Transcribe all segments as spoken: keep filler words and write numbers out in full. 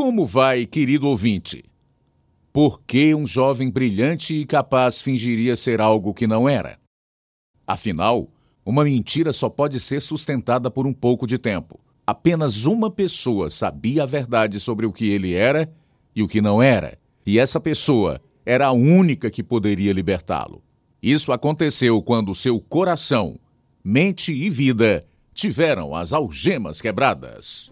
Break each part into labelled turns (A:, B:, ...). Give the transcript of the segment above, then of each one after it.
A: Como vai, querido ouvinte? Por que um jovem brilhante e capaz fingiria ser algo que não era? Afinal, uma mentira só pode ser sustentada por um pouco de tempo. Apenas uma pessoa sabia a verdade sobre o que ele era e o que não era, e essa pessoa era a única que poderia libertá-lo. Isso aconteceu quando seu coração, mente e vida tiveram as algemas quebradas.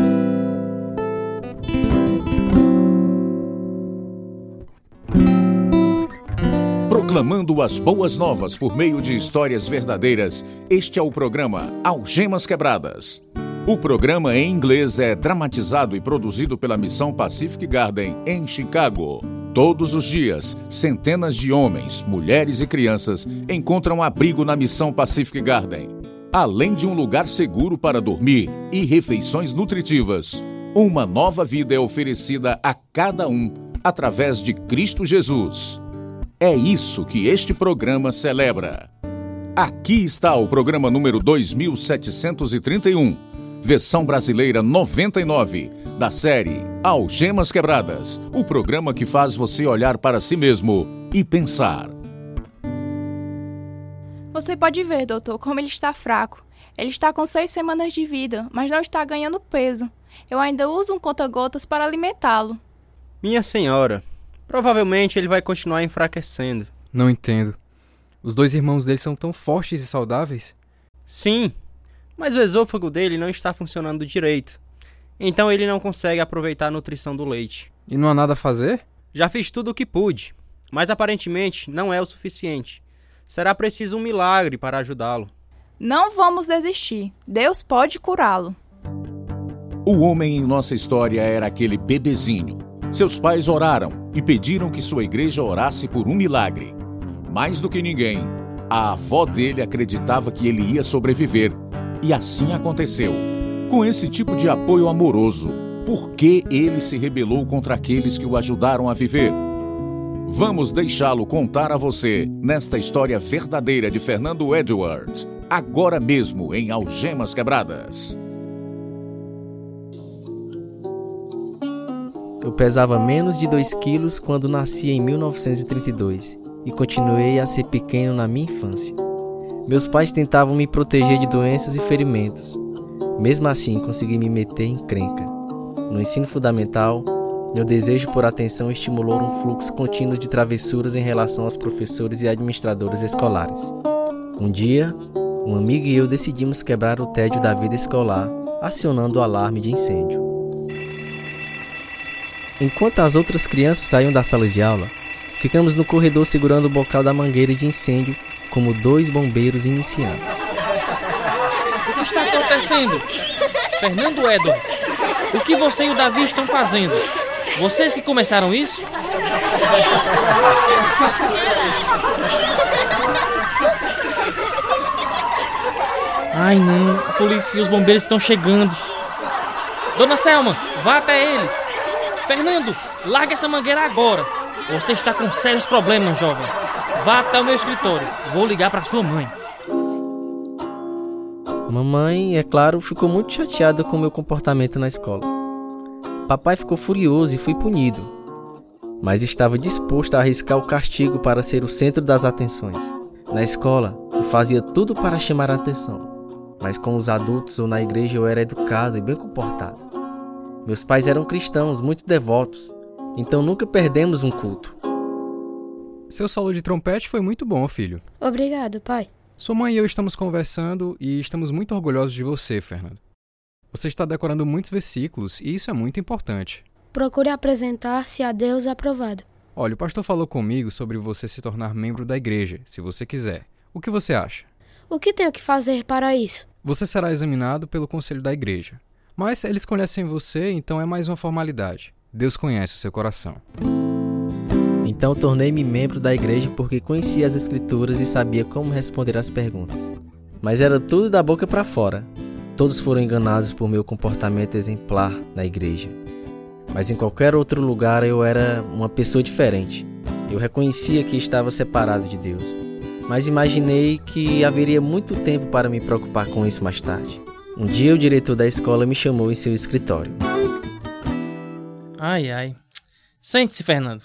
A: Proclamando as boas novas por meio de histórias verdadeiras, este é o programa Algemas Quebradas. O programa em inglês é dramatizado e produzido pela Missão Pacific Garden em Chicago. Todos os dias, centenas de homens, mulheres e crianças encontram abrigo na Missão Pacific Garden. Além de um lugar seguro para dormir e refeições nutritivas, uma nova vida é oferecida a cada um através de Cristo Jesus. É isso que este programa celebra. Aqui está o programa número dois mil setecentos e trinta e um, versão brasileira noventa e nove, da série Algemas Quebradas, o programa que faz você olhar para si mesmo e pensar.
B: Você pode ver, doutor, como ele está fraco. Ele está com seis semanas de vida, mas não está ganhando peso. Eu ainda uso um conta-gotas para alimentá-lo.
C: Minha senhora, provavelmente ele vai continuar enfraquecendo.
D: Não entendo. Os dois irmãos dele são tão fortes e saudáveis?
C: Sim, mas o esôfago dele não está funcionando direito. Então ele não consegue aproveitar a nutrição do leite.
D: E não há nada a fazer?
C: Já fiz tudo o que pude, mas aparentemente não é o suficiente. Será preciso um milagre para ajudá-lo.
B: Não vamos desistir. Deus pode curá-lo.
A: O homem em nossa história era aquele bebezinho. Seus pais oraram e pediram que sua igreja orasse por um milagre. Mais do que ninguém, a avó dele acreditava que ele ia sobreviver. E assim aconteceu. Com esse tipo de apoio amoroso, por que ele se rebelou contra aqueles que o ajudaram a viver? Vamos deixá-lo contar a você nesta história verdadeira de Fernando Edwards, agora mesmo em Algemas Quebradas.
E: Eu pesava menos de dois quilos quando nasci em mil novecentos e trinta e dois e continuei a ser pequeno na minha infância. Meus pais tentavam me proteger de doenças e ferimentos. Mesmo assim, consegui me meter em encrenca. No ensino fundamental, meu desejo por atenção estimulou um fluxo contínuo de travessuras em relação aos professores e administradores escolares. Um dia, um amigo e eu decidimos quebrar o tédio da vida escolar, acionando o alarme de incêndio. Enquanto as outras crianças saíam da sala de aula, ficamos no corredor segurando o bocal da mangueira de incêndio como dois bombeiros iniciantes.
F: O que está acontecendo? Fernando Edwards, o que você e o Davi estão fazendo? Vocês que começaram isso? Ai não, a polícia e os bombeiros estão chegando. Dona Selma, vá até eles. Fernando, larga essa mangueira agora. Você está com sérios problemas, jovem. Vá até o meu escritório. Vou ligar para sua mãe.
E: Mamãe, é claro, ficou muito chateada com o meu comportamento na escola. Papai ficou furioso e fui punido, mas estava disposto a arriscar o castigo para ser o centro das atenções. Na escola, eu fazia tudo para chamar a atenção, mas com os adultos ou na igreja eu era educado e bem comportado. Meus pais eram cristãos, muito devotos, então nunca perdemos um culto.
D: Seu solo de trompete foi muito bom, filho.
G: Obrigado, pai.
D: Sua mãe e eu estamos conversando e estamos muito orgulhosos de você, Fernando. Você está decorando muitos versículos e isso é muito importante.
G: Procure apresentar-se a Deus aprovado.
D: Olha, o pastor falou comigo sobre você se tornar membro da igreja, se você quiser. O que você acha?
G: O que tenho que fazer para isso?
D: Você será examinado pelo conselho da igreja. Mas eles conhecem você, então é mais uma formalidade. Deus conhece o seu coração.
E: Então tornei-me membro da igreja porque conhecia as escrituras e sabia como responder às perguntas. Mas era tudo da boca para fora. Todos foram enganados por meu comportamento exemplar na igreja. Mas em qualquer outro lugar eu era uma pessoa diferente. Eu reconhecia que estava separado de Deus. Mas imaginei que haveria muito tempo para me preocupar com isso mais tarde. Um dia o diretor da escola me chamou em seu escritório.
F: Ai, ai. Sente-se, Fernando.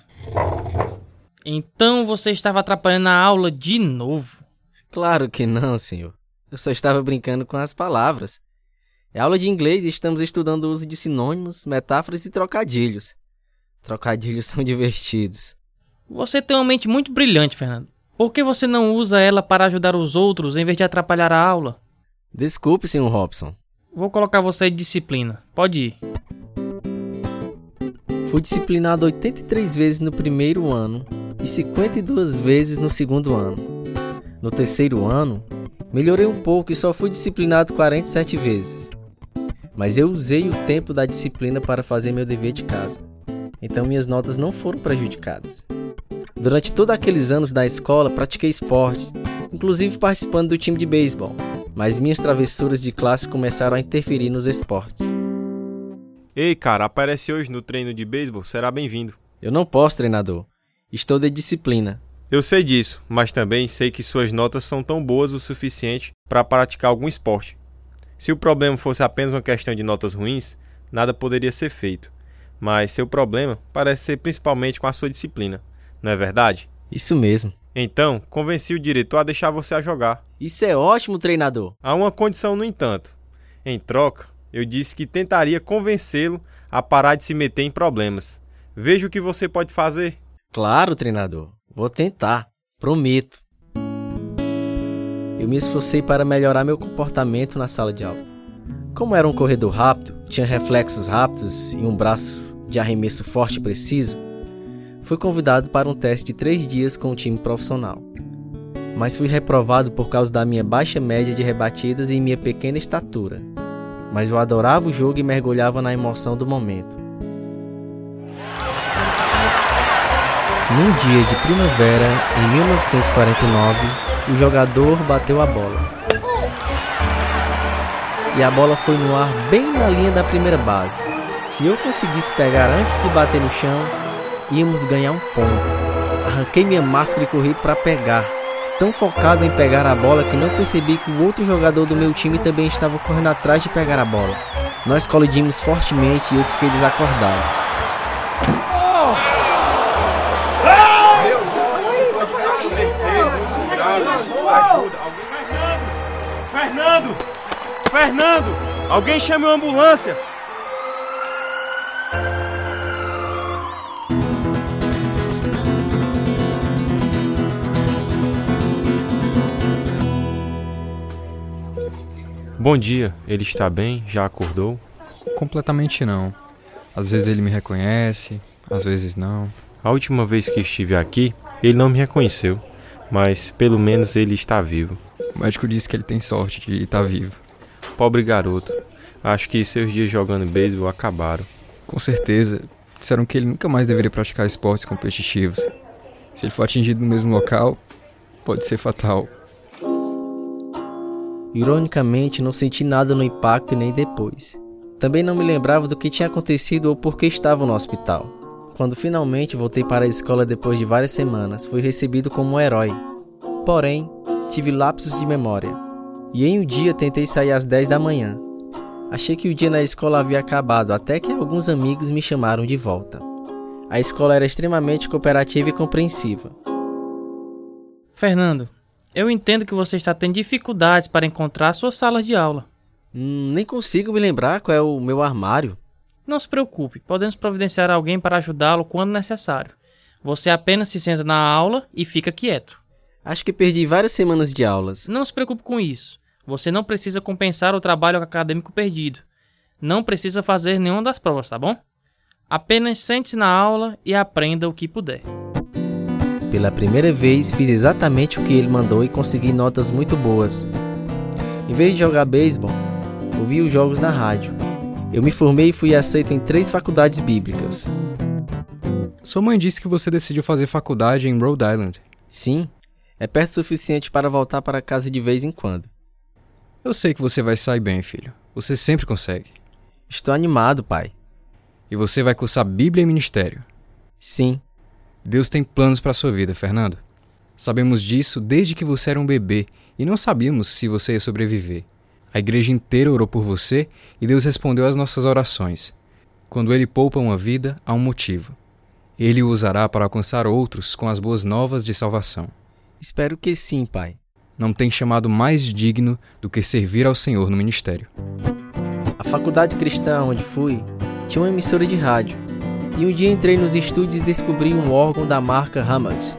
F: Então você estava atrapalhando a aula de novo?
E: Claro que não, senhor. Eu só estava brincando com as palavras. É aula de inglês e estamos estudando o uso de sinônimos, metáforas e trocadilhos. Trocadilhos são divertidos.
F: Você tem uma mente muito brilhante, Fernando. Por que você não usa ela para ajudar os outros em vez de atrapalhar a aula?
E: Desculpe, senhor Robson.
F: Vou colocar você de disciplina. Pode ir.
E: Fui disciplinado oitenta e três vezes no primeiro ano e cinquenta e duas vezes no segundo ano. No terceiro ano, melhorei um pouco e só fui disciplinado quarenta e sete vezes. Mas eu usei o tempo da disciplina para fazer meu dever de casa. Então minhas notas não foram prejudicadas. Durante todos aqueles anos da escola, pratiquei esportes, inclusive participando do time de beisebol. Mas minhas travessuras de classe começaram a interferir nos esportes.
H: Ei, cara, aparece hoje no treino de beisebol, será bem-vindo.
E: Eu não posso, treinador. Estou de disciplina.
H: Eu sei disso, mas também sei que suas notas são tão boas o suficiente para praticar algum esporte. Se o problema fosse apenas uma questão de notas ruins, nada poderia ser feito. Mas seu problema parece ser principalmente com a sua disciplina, não é verdade?
E: Isso mesmo.
H: Então, convenci o diretor a deixar você a jogar.
E: Isso é ótimo, treinador.
H: Há uma condição, no entanto. Em troca, eu disse que tentaria convencê-lo a parar de se meter em problemas. Veja o que você pode fazer.
E: Claro, treinador. Vou tentar. Prometo. Eu me esforcei para melhorar meu comportamento na sala de aula. Como era um corredor rápido, tinha reflexos rápidos e um braço de arremesso forte e preciso, fui convidado para um teste de três dias com o time profissional. Mas fui reprovado por causa da minha baixa média de rebatidas e minha pequena estatura. Mas eu adorava o jogo e mergulhava na emoção do momento. Num dia de primavera, em mil novecentos e quarenta e nove, o jogador bateu a bola. E a bola foi no ar bem na linha da primeira base. Se eu conseguisse pegar antes de bater no chão, íamos ganhar um ponto. Arranquei minha máscara e corri para pegar. Tão focado em pegar a bola que não percebi que o outro jogador do meu time também estava correndo atrás de pegar a bola. Nós colidimos fortemente e eu fiquei desacordado.
H: Fernando! Fernando! Alguém chame uma ambulância! Bom dia, ele está bem? Já acordou?
D: Completamente não. Às vezes ele me reconhece, às vezes não.
H: A última vez que estive aqui, ele não me reconheceu, mas pelo menos ele está vivo.
D: O médico disse que ele tem sorte de estar vivo.
H: Pobre garoto. Acho que seus dias jogando beisebol acabaram.
D: Com certeza. Disseram que ele nunca mais deveria praticar esportes competitivos. Se ele for atingido no mesmo local, pode ser fatal.
E: Ironicamente, não senti nada no impacto e nem depois. Também não me lembrava do que tinha acontecido ou por que estava no hospital. Quando finalmente voltei para a escola depois de várias semanas, fui recebido como um herói. Porém, tive lapsos de memória. E em um dia tentei sair às dez da manhã. Achei que o dia na escola havia acabado, até que alguns amigos me chamaram de volta. A escola era extremamente cooperativa e compreensiva.
F: Fernando, eu entendo que você está tendo dificuldades para encontrar suas salas de aula.
E: Hum, nem consigo me lembrar qual é o meu armário.
F: Não se preocupe, podemos providenciar alguém para ajudá-lo quando necessário. Você apenas se senta na aula e fica quieto.
E: Acho que perdi várias semanas de aulas.
F: Não se preocupe com isso. Você não precisa compensar o trabalho acadêmico perdido. Não precisa fazer nenhuma das provas, tá bom? Apenas sente-se na aula e aprenda o que puder.
E: Pela primeira vez, fiz exatamente o que ele mandou e consegui notas muito boas. Em vez de jogar beisebol, ouvi os jogos na rádio. Eu me formei e fui aceito em três faculdades bíblicas.
D: Sua mãe disse que você decidiu fazer faculdade em Rhode Island.
E: Sim, é perto o suficiente para voltar para casa de vez em quando.
D: Eu sei que você vai sair bem, filho. Você sempre consegue.
E: Estou animado, pai.
D: E você vai cursar Bíblia e Ministério.
E: Sim.
D: Deus tem planos para sua vida, Fernando. Sabemos disso desde que você era um bebê e não sabíamos se você ia sobreviver. A igreja inteira orou por você e Deus respondeu às nossas orações. Quando ele poupa uma vida, há um motivo. Ele o usará para alcançar outros com as boas novas de salvação.
E: Espero que sim, pai.
D: Não tem chamado mais digno do que servir ao Senhor no ministério.
E: A faculdade cristã onde fui tinha uma emissora de rádio. E um dia entrei nos estúdios e descobri um órgão da marca Hammond.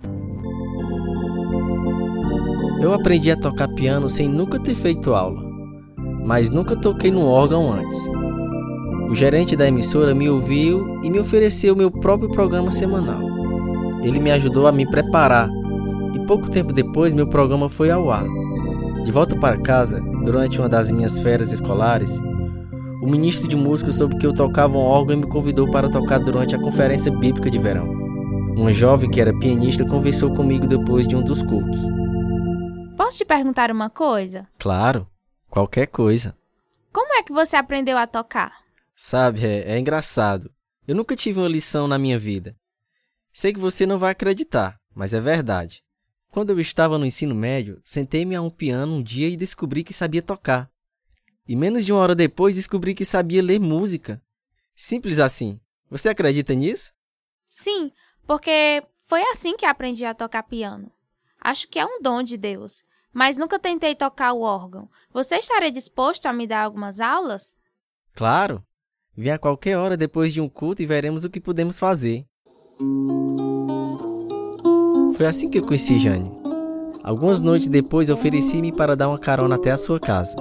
E: Eu aprendi a tocar piano sem nunca ter feito aula, mas nunca toquei num órgão antes. O gerente da emissora me ouviu e me ofereceu meu próprio programa semanal. Ele me ajudou a me preparar e pouco tempo depois meu programa foi ao ar. De volta para casa, durante uma das minhas férias escolares, o ministro de música soube que eu tocava um órgão e me convidou para tocar durante a conferência bíblica de verão. Uma jovem que era pianista conversou comigo depois de um dos cultos.
I: Posso te perguntar uma coisa?
E: Claro, qualquer coisa.
I: Como é que você aprendeu a tocar?
E: Sabe, é, é engraçado. Eu nunca tive uma lição na minha vida. Sei que você não vai acreditar, mas é verdade. Quando eu estava no ensino médio, sentei-me a um piano um dia e descobri que sabia tocar. E menos de uma hora depois descobri que sabia ler música. Simples assim. Você acredita nisso?
I: Sim, porque foi assim que aprendi a tocar piano. Acho que é um dom de Deus, mas nunca tentei tocar o órgão. Você estaria disposto a me dar algumas aulas?
E: Claro. Venha a qualquer hora depois de um culto e veremos o que podemos fazer. Foi assim que eu conheci Jane. Algumas noites depois ofereci-me para dar uma carona até a sua casa.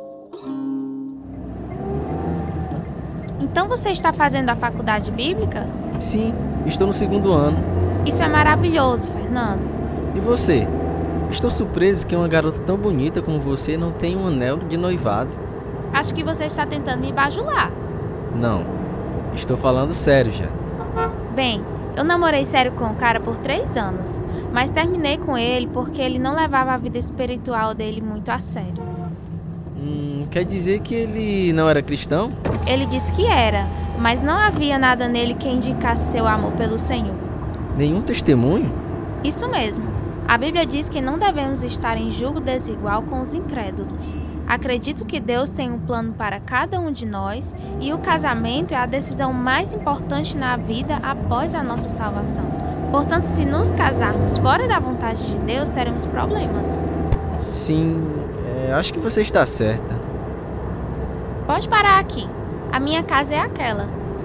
I: Então você está fazendo a faculdade bíblica?
E: Sim, estou no segundo ano.
I: Isso é maravilhoso, Fernando.
E: E você? Estou surpreso que uma garota tão bonita como você não tenha um anel de noivado.
I: Acho que você está tentando me bajular.
E: Não, estou falando sério já.
I: Bem, eu namorei sério com o cara por três anos, mas terminei com ele porque ele não levava a vida espiritual dele muito a sério.
E: Hum, quer dizer que ele não era cristão?
I: Ele disse que era, mas não havia nada nele que indicasse seu amor pelo Senhor.
E: Nenhum testemunho?
I: Isso mesmo. A Bíblia diz que não devemos estar em julgo desigual com os incrédulos. Acredito que Deus tem um plano para cada um de nós e o casamento é a decisão mais importante na vida após a nossa salvação. Portanto, se nos casarmos fora da vontade de Deus, teremos problemas.
E: Sim, é, acho que você está certa.
I: Pode parar aqui. A minha casa é aquela.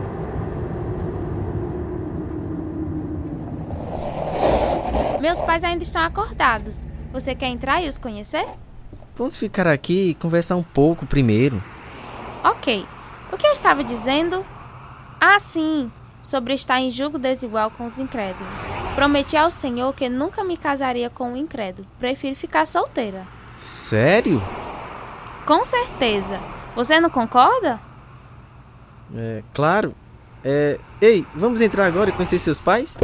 I: Meus pais ainda estão acordados. Você quer entrar e os conhecer?
E: Vamos ficar aqui e conversar um pouco primeiro.
I: Ok. O que eu estava dizendo? Ah, sim. Sobre estar em julgo desigual com os incrédulos. Prometi ao Senhor que nunca me casaria com um incrédulo. Prefiro ficar solteira.
E: Sério?
I: Com certeza. Você não concorda?
E: É, claro. É, ei, vamos entrar agora e conhecer seus pais?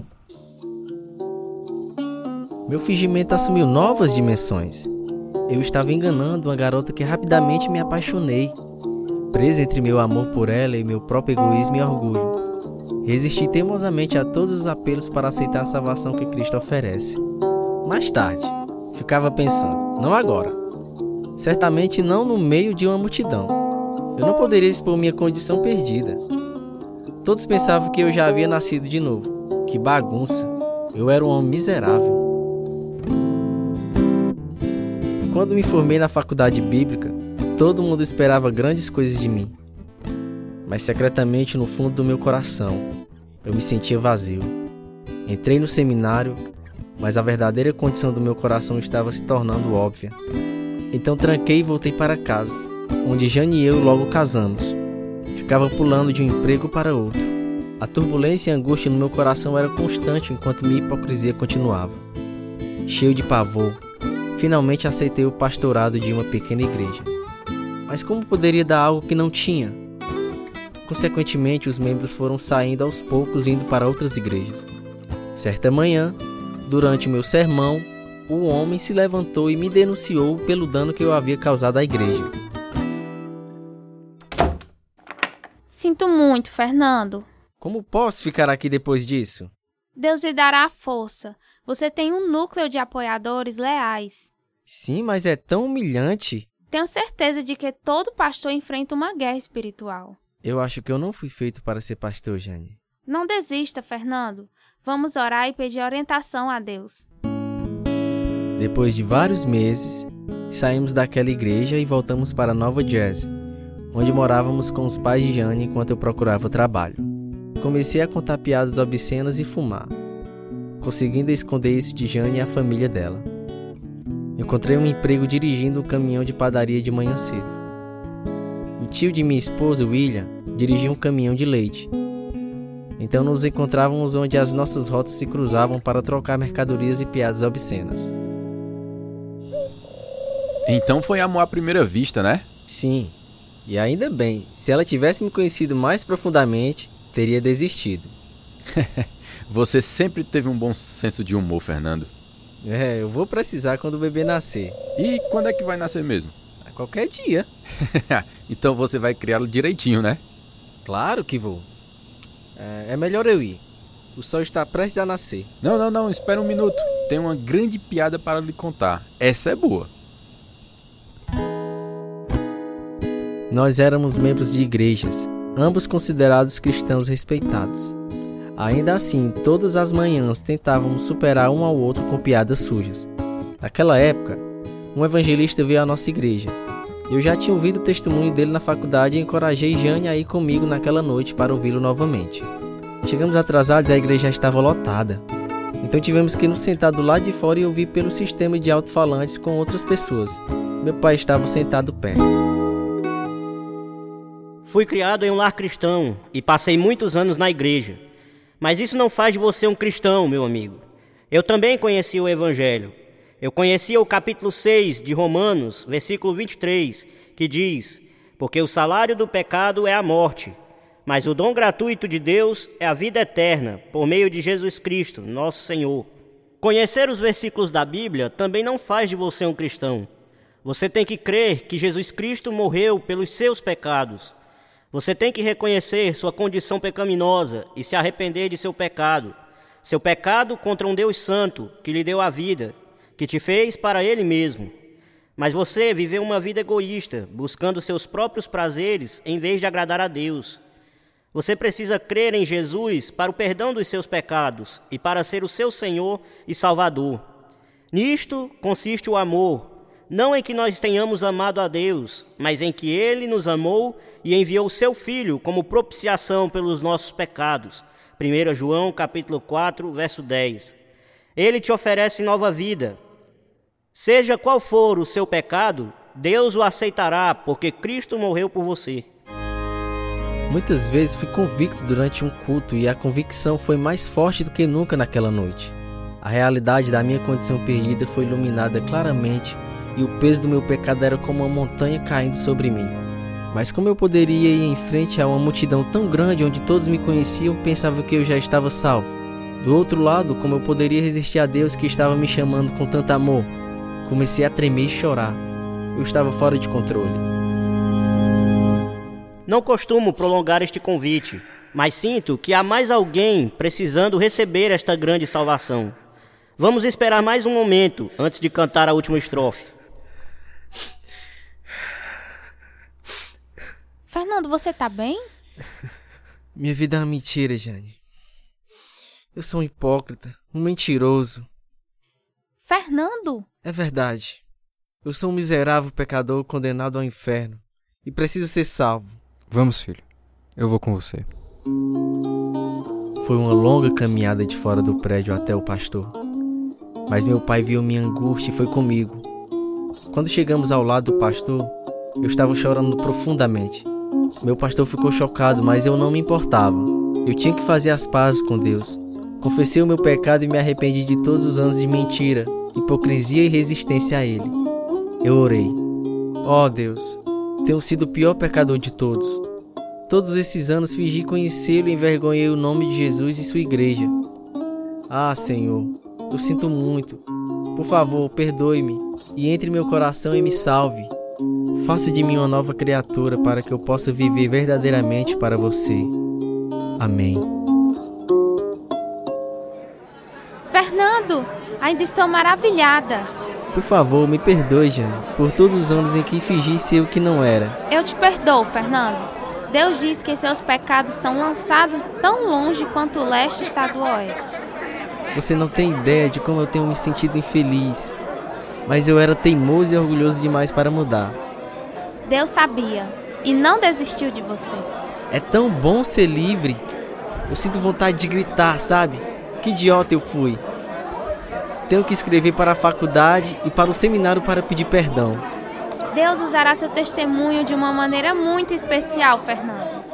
E: Meu fingimento assumiu novas dimensões. Eu estava enganando uma garota que rapidamente me apaixonei. Preso entre meu amor por ela e meu próprio egoísmo e orgulho. Resisti teimosamente a todos os apelos para aceitar a salvação que Cristo oferece. Mais tarde, ficava pensando, não agora. Certamente não no meio de uma multidão. Eu não poderia expor minha condição perdida. Todos pensavam que eu já havia nascido de novo. Que bagunça. Eu era um homem miserável. Quando me formei na faculdade bíblica, todo mundo esperava grandes coisas de mim. Mas secretamente no fundo do meu coração, eu me sentia vazio. Entrei no seminário, mas a verdadeira condição do meu coração estava se tornando óbvia. Então tranquei e voltei para casa, onde Jane e eu logo casamos. Ficava pulando de um emprego para outro. A turbulência e a angústia no meu coração era constante enquanto minha hipocrisia continuava. Cheio de pavor, finalmente aceitei o pastorado de uma pequena igreja. Mas como poderia dar algo que não tinha? Consequentemente, os membros foram saindo aos poucos indo para outras igrejas. Certa manhã, durante o meu sermão, o homem se levantou e me denunciou pelo dano que eu havia causado à igreja.
I: Sinto muito, Fernando.
E: Como posso ficar aqui depois disso?
I: Deus lhe dará a força. Você tem um núcleo de apoiadores leais.
E: Sim, mas é tão humilhante.
I: Tenho certeza de que todo pastor enfrenta uma guerra espiritual.
E: Eu acho que eu não fui feito para ser pastor, Jane.
I: Não desista, Fernando. Vamos orar e pedir orientação a Deus.
E: Depois de vários meses, saímos daquela igreja e voltamos para Nova Jersey, onde morávamos com os pais de Jane enquanto eu procurava trabalho. Comecei a contar piadas obscenas e fumar, conseguindo esconder isso de Jane e a família dela. Encontrei um emprego dirigindo um caminhão de padaria de manhã cedo. O tio de minha esposa, William, dirigia um caminhão de leite. Então nos encontrávamos onde as nossas rotas se cruzavam para trocar mercadorias e piadas obscenas.
D: Então foi amor à primeira vista, né?
E: Sim, e ainda bem, se ela tivesse me conhecido mais profundamente, teria desistido.
D: Você sempre teve um bom senso de humor, Fernando.
E: É, eu vou precisar quando o bebê nascer.
D: E quando é que vai nascer mesmo?
E: A qualquer dia.
D: Então você vai criá-lo direitinho, né?
E: Claro que vou. É, é melhor eu ir. O sol está prestes a nascer.
D: Não, não, não, espera um minuto. Tem uma grande piada para lhe contar. Essa é boa.
E: Nós éramos membros de igrejas, ambos considerados cristãos respeitados. Ainda assim, todas as manhãs tentávamos superar um ao outro com piadas sujas. Naquela época, um evangelista veio à nossa igreja. Eu já tinha ouvido o testemunho dele na faculdade e encorajei Jane a ir comigo naquela noite para ouvi-lo novamente. Chegamos atrasados e a igreja já estava lotada. Então tivemos que nos sentar do lado de fora e ouvir pelo sistema de alto-falantes com outras pessoas. Meu pai estava sentado perto.
J: Fui criado em um lar cristão e passei muitos anos na igreja. Mas isso não faz de você um cristão, meu amigo. Eu também conheci o Evangelho. Eu conhecia o capítulo seis de Romanos, versículo vinte e três, que diz: porque o salário do pecado é a morte, mas o dom gratuito de Deus é a vida eterna, por meio de Jesus Cristo, nosso Senhor. Conhecer os versículos da Bíblia também não faz de você um cristão. Você tem que crer que Jesus Cristo morreu pelos seus pecados. Você tem que reconhecer sua condição pecaminosa e se arrepender de seu pecado. Seu pecado contra um Deus santo que lhe deu a vida, que te fez para Ele mesmo. Mas você viveu uma vida egoísta, buscando seus próprios prazeres em vez de agradar a Deus. Você precisa crer em Jesus para o perdão dos seus pecados e para ser o seu Senhor e Salvador. Nisto consiste o amor. Não em que nós tenhamos amado a Deus, mas em que Ele nos amou e enviou o seu Filho como propiciação pelos nossos pecados. primeiro João, capítulo quatro, verso dez. Ele te oferece nova vida. Seja qual for o seu pecado, Deus o aceitará, porque Cristo morreu por você.
E: Muitas vezes fui convicto durante um culto e a convicção foi mais forte do que nunca naquela noite. A realidade da minha condição perdida foi iluminada claramente e o peso do meu pecado era como uma montanha caindo sobre mim. Mas como eu poderia ir em frente a uma multidão tão grande onde todos me conheciam, pensava que eu já estava salvo. Do outro lado, como eu poderia resistir a Deus que estava me chamando com tanto amor? Comecei a tremer e chorar. Eu estava fora de controle.
J: Não costumo prolongar este convite, mas sinto que há mais alguém precisando receber esta grande salvação. Vamos esperar mais um momento antes de cantar a última estrofe.
I: Fernando, você tá bem?
E: Minha vida é uma mentira, Jane. Eu sou um hipócrita, um mentiroso.
I: Fernando?
E: É verdade. Eu sou um miserável pecador condenado ao inferno e preciso ser salvo.
D: Vamos, filho. Eu vou com você.
E: Foi uma longa caminhada de fora do prédio até o pastor. Mas meu pai viu minha angústia e foi comigo. Quando chegamos ao lado do pastor, eu estava chorando profundamente. Meu pastor ficou chocado, mas eu não me importava. Eu tinha que fazer as pazes com Deus. Confessei o meu pecado e me arrependi de todos os anos de mentira, hipocrisia e resistência a Ele. Eu orei. Ó Deus, tenho sido o pior pecador de todos. Todos esses anos fingi conhecê-lo e envergonhei o nome de Jesus e sua igreja. Ah, Senhor, eu sinto muito. Por favor, perdoe-me e entre em meu coração e me salve. Faça de mim uma nova criatura para que eu possa viver verdadeiramente para você. Amém.
I: Fernando, ainda estou maravilhada.
E: Por favor, me perdoe, Jane, por todos os anos em que fingi ser o que não era.
I: Eu te perdoo, Fernando. Deus diz que seus pecados são lançados tão longe quanto o leste está do oeste.
E: Você não tem ideia de como eu tenho me sentido infeliz. Mas eu era teimoso e orgulhoso demais para mudar.
I: Deus sabia e não desistiu de você.
E: É tão bom ser livre. Eu sinto vontade de gritar, sabe? Que idiota eu fui. Tenho que escrever para a faculdade e para o seminário para pedir perdão.
I: Deus usará seu testemunho de uma maneira muito especial, Fernando.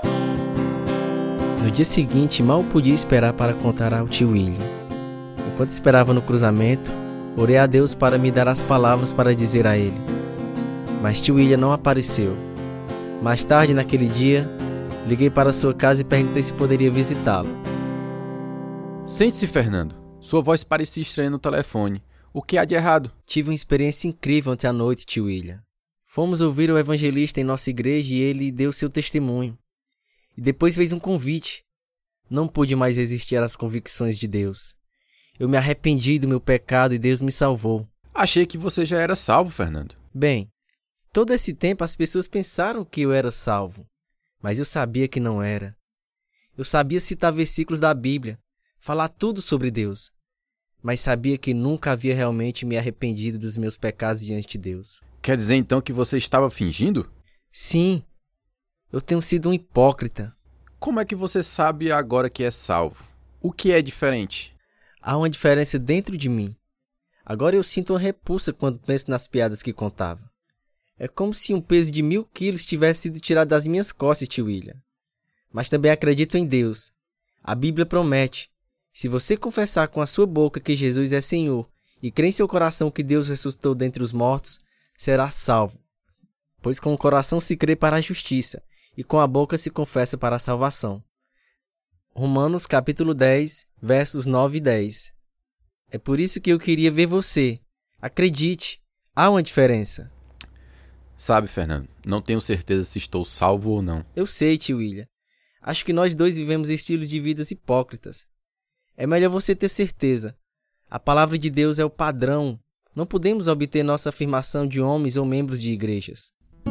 E: No dia seguinte, mal podia esperar para contar ao tio William. Enquanto esperava no cruzamento, orei a Deus para me dar as palavras para dizer a ele. Mas tio William não apareceu. Mais tarde, naquele dia, liguei para sua casa e perguntei se poderia visitá-lo.
D: Sente-se, Fernando. Sua voz parecia estranha no telefone. O que há de errado?
E: Tive uma experiência incrível ontem à noite, tio William. Fomos ouvir o evangelista em nossa igreja e ele deu seu testemunho. E depois fez um convite. Não pude mais resistir às convicções de Deus. Eu me arrependi do meu pecado e Deus me salvou.
D: Achei que você já era salvo, Fernando.
E: Bem, todo esse tempo as pessoas pensaram que eu era salvo. Mas eu sabia que não era. Eu sabia citar versículos da Bíblia, falar tudo sobre Deus. Mas sabia que nunca havia realmente me arrependido dos meus pecados diante de Deus.
D: Quer dizer então que você estava fingindo?
E: Sim, eu tenho sido um hipócrita.
D: Como é que você sabe agora que é salvo? O que é diferente?
E: Há uma diferença dentro de mim. Agora eu sinto uma repulsa quando penso nas piadas que contava. É como se um peso de mil quilos tivesse sido tirado das minhas costas, tio William. Mas também acredito em Deus. A Bíblia promete. Se você confessar com a sua boca que Jesus é Senhor e crer em seu coração que Deus ressuscitou dentre os mortos, será salvo. Pois com o coração se crê para a justiça e com a boca se confessa para a salvação. Romanos capítulo dez, versos nove e dez. É por isso que eu queria ver você. Acredite, há uma diferença.
D: Sabe, Fernando, não tenho certeza se estou salvo ou não.
E: Eu sei, tio William. Acho que nós dois vivemos estilos de vidas hipócritas. É melhor você ter certeza. A palavra de Deus é o padrão. Não podemos obter nossa afirmação de homens ou membros de igrejas.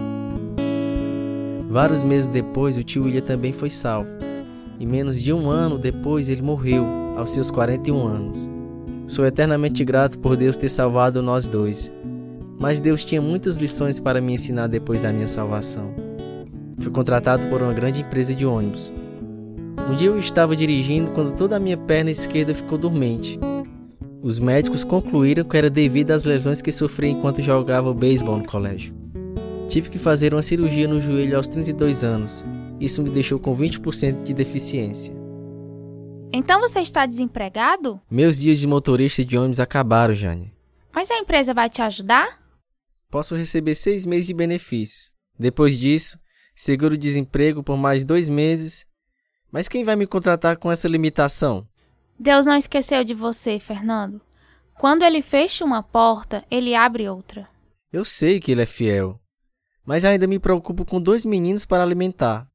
E: Vários meses depois, o tio William também foi salvo. E menos de um ano depois, ele morreu, aos seus quarenta e um anos. Sou eternamente grato por Deus ter salvado nós dois. Mas Deus tinha muitas lições para me ensinar depois da minha salvação. Fui contratado por uma grande empresa de ônibus. Um dia eu estava dirigindo quando toda a minha perna esquerda ficou dormente. Os médicos concluíram que era devido às lesões que sofri enquanto jogava beisebol no colégio. Tive que fazer uma cirurgia no joelho aos trinta e dois anos. Isso me deixou com vinte por cento de deficiência.
I: Então você está desempregado?
E: Meus dias de motorista de ônibus acabaram, Jane.
I: Mas a empresa vai te ajudar?
E: Posso receber seis meses de benefícios. Depois disso, seguro-desemprego por mais dois meses. Mas quem vai me contratar com essa limitação?
I: Deus não esqueceu de você, Fernando. Quando Ele fecha uma porta, Ele abre outra.
E: Eu sei que Ele é fiel. Mas ainda me preocupo com dois meninos para alimentar.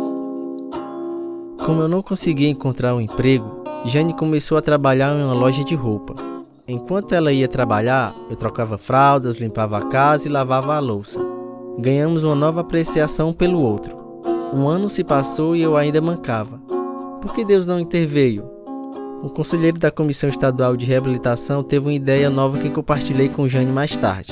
E: Como eu não conseguia encontrar um emprego, Jane começou a trabalhar em uma loja de roupa. Enquanto ela ia trabalhar, eu trocava fraldas, limpava a casa e lavava a louça. Ganhamos uma nova apreciação pelo outro. Um ano se passou e eu ainda mancava. Por que Deus não interveio? Um conselheiro da Comissão Estadual de Reabilitação teve uma ideia nova que compartilhei com Jane mais tarde.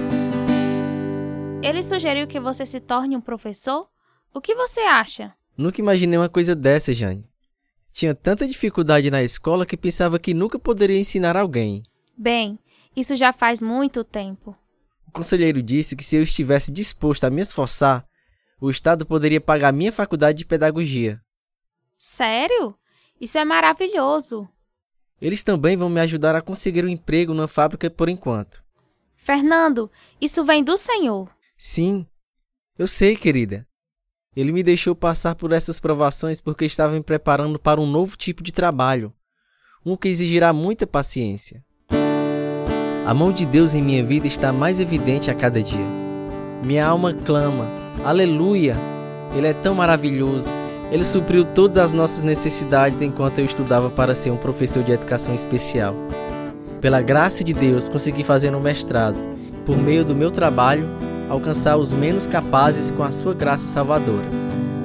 I: Ele sugeriu que você se torne um professor? O que você acha?
E: Nunca imaginei uma coisa dessa, Jane. Tinha tanta dificuldade na escola que pensava que nunca poderia ensinar alguém.
I: Bem, isso já faz muito tempo.
E: O conselheiro disse que se eu estivesse disposto a me esforçar, o Estado poderia pagar minha faculdade de pedagogia.
I: Sério? Isso é maravilhoso.
E: Eles também vão me ajudar a conseguir um emprego numa fábrica por enquanto.
I: Fernando, isso vem do Senhor.
E: Sim, eu sei, querida. Ele me deixou passar por essas provações porque estava me preparando para um novo tipo de trabalho, um que exigirá muita paciência. A mão de Deus em minha vida está mais evidente a cada dia. Minha alma clama, aleluia! Ele é tão maravilhoso. Ele supriu todas as nossas necessidades enquanto eu estudava para ser um professor de educação especial. Pela graça de Deus, consegui fazer um mestrado. Por meio do meu trabalho, alcançar os menos capazes com a sua graça salvadora.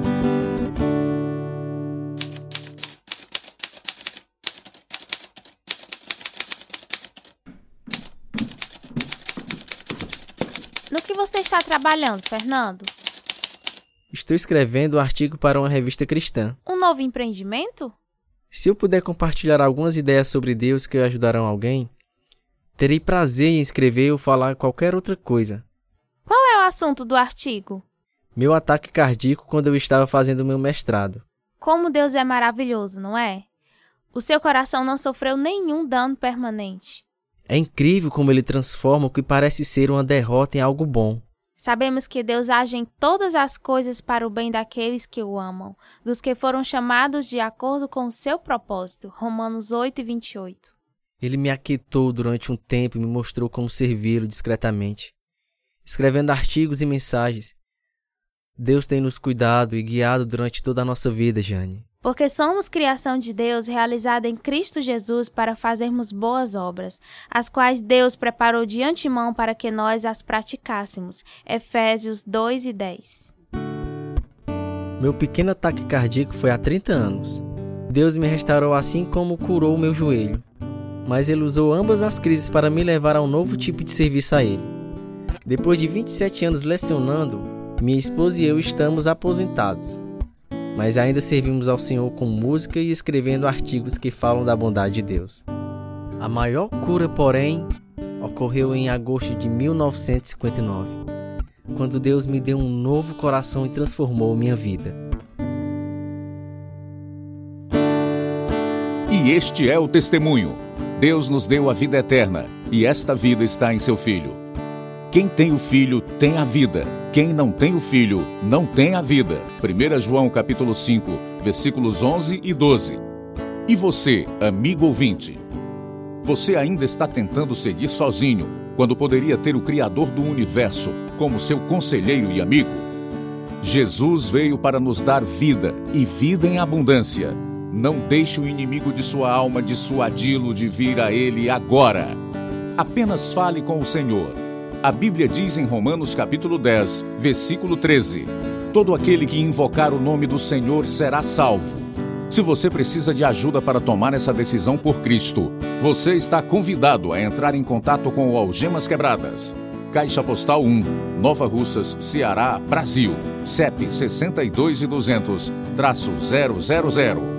I: No que você está trabalhando, Fernando?
E: Estou escrevendo um artigo para uma revista cristã.
I: Um novo empreendimento?
E: Se eu puder compartilhar algumas ideias sobre Deus que ajudarão alguém, terei prazer em escrever ou falar qualquer outra coisa.
I: Qual é o assunto do artigo?
E: Meu ataque cardíaco quando eu estava fazendo meu mestrado.
I: Como Deus é maravilhoso, não é? O seu coração não sofreu nenhum dano permanente.
E: É incrível como ele transforma o que parece ser uma derrota em algo bom.
I: Sabemos que Deus age em todas as coisas para o bem daqueles que o amam, dos que foram chamados de acordo com o seu propósito. Romanos oito, vinte e oito.
E: Ele me aquietou durante um tempo e me mostrou como servi-lo discretamente, escrevendo artigos e mensagens. Deus tem nos cuidado e guiado durante toda a nossa vida, Jane.
I: Porque somos criação de Deus realizada em Cristo Jesus para fazermos boas obras, as quais Deus preparou de antemão para que nós as praticássemos. Efésios dois e dez.
E: Meu pequeno ataque cardíaco foi há trinta anos. Deus me restaurou assim como curou o meu joelho. Mas ele usou ambas as crises para me levar a um novo tipo de serviço a ele. Depois de vinte e sete anos lecionando, minha esposa e eu estamos aposentados. Mas ainda servimos ao Senhor com música e escrevendo artigos que falam da bondade de Deus. A maior cura, porém, ocorreu em agosto de mil novecentos e cinquenta e nove, quando Deus me deu um novo coração e transformou minha vida.
A: E este é o testemunho. Deus nos deu a vida eterna, e esta vida está em seu Filho. Quem tem o Filho tem a vida. Quem não tem o Filho não tem a vida. primeiro João capítulo cinco, versículos onze e doze. E você, amigo ouvinte? Você ainda está tentando seguir sozinho, quando poderia ter o Criador do Universo como seu conselheiro e amigo? Jesus veio para nos dar vida, e vida em abundância. Não deixe o inimigo de sua alma dissuadi-lo de vir a ele agora. Apenas fale com o Senhor. A Bíblia diz em Romanos capítulo dez, versículo treze: todo aquele que invocar o nome do Senhor será salvo. Se você precisa de ajuda para tomar essa decisão por Cristo, você está convidado a entrar em contato com o Algemas Quebradas. Caixa Postal um, Nova Russas, Ceará, Brasil. C E P sessenta e dois e duzentos, zero zero zero.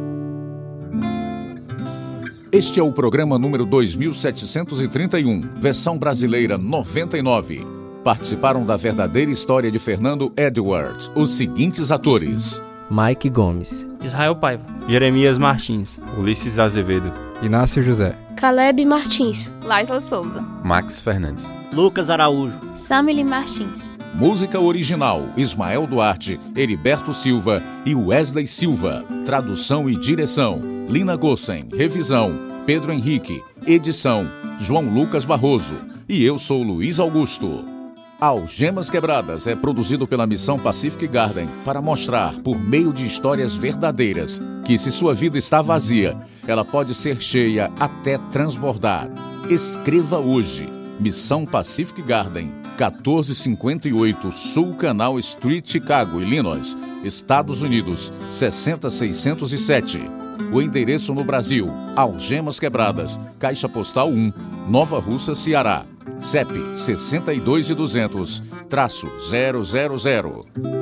A: Este é o programa número dois mil setecentos e trinta e um, versão brasileira noventa e nove. Participaram da verdadeira história de Fernando Edwards os seguintes atores:
E: Mike Gomes,
F: Israel Paiva,
C: Jeremias Martins,
H: Ulisses Azevedo,
D: Inácio José,
G: Caleb Martins,
B: Laisla Souza,
K: Max Fernandes,
J: Lucas Araújo,
I: Samily Martins.
A: Música original: Ismael Duarte, Heriberto Silva e Wesley Silva. Tradução e direção: Lina Gossen. Revisão: Pedro Henrique. Edição: João Lucas Barroso. E eu sou Luiz Augusto. Algemas Quebradas é produzido pela Missão Pacific Garden para mostrar, por meio de histórias verdadeiras, que se sua vida está vazia, ela pode ser cheia até transbordar. Escreva hoje. Missão Pacific Garden, quatorze cinquenta e oito Sul Canal Street, Chicago, Illinois, Estados Unidos, sessenta seiscentos e sete. O endereço no Brasil: Algemas Quebradas, Caixa Postal um, Nova Russa, Ceará. C E P sessenta e dois e duzentos, zero zero zero.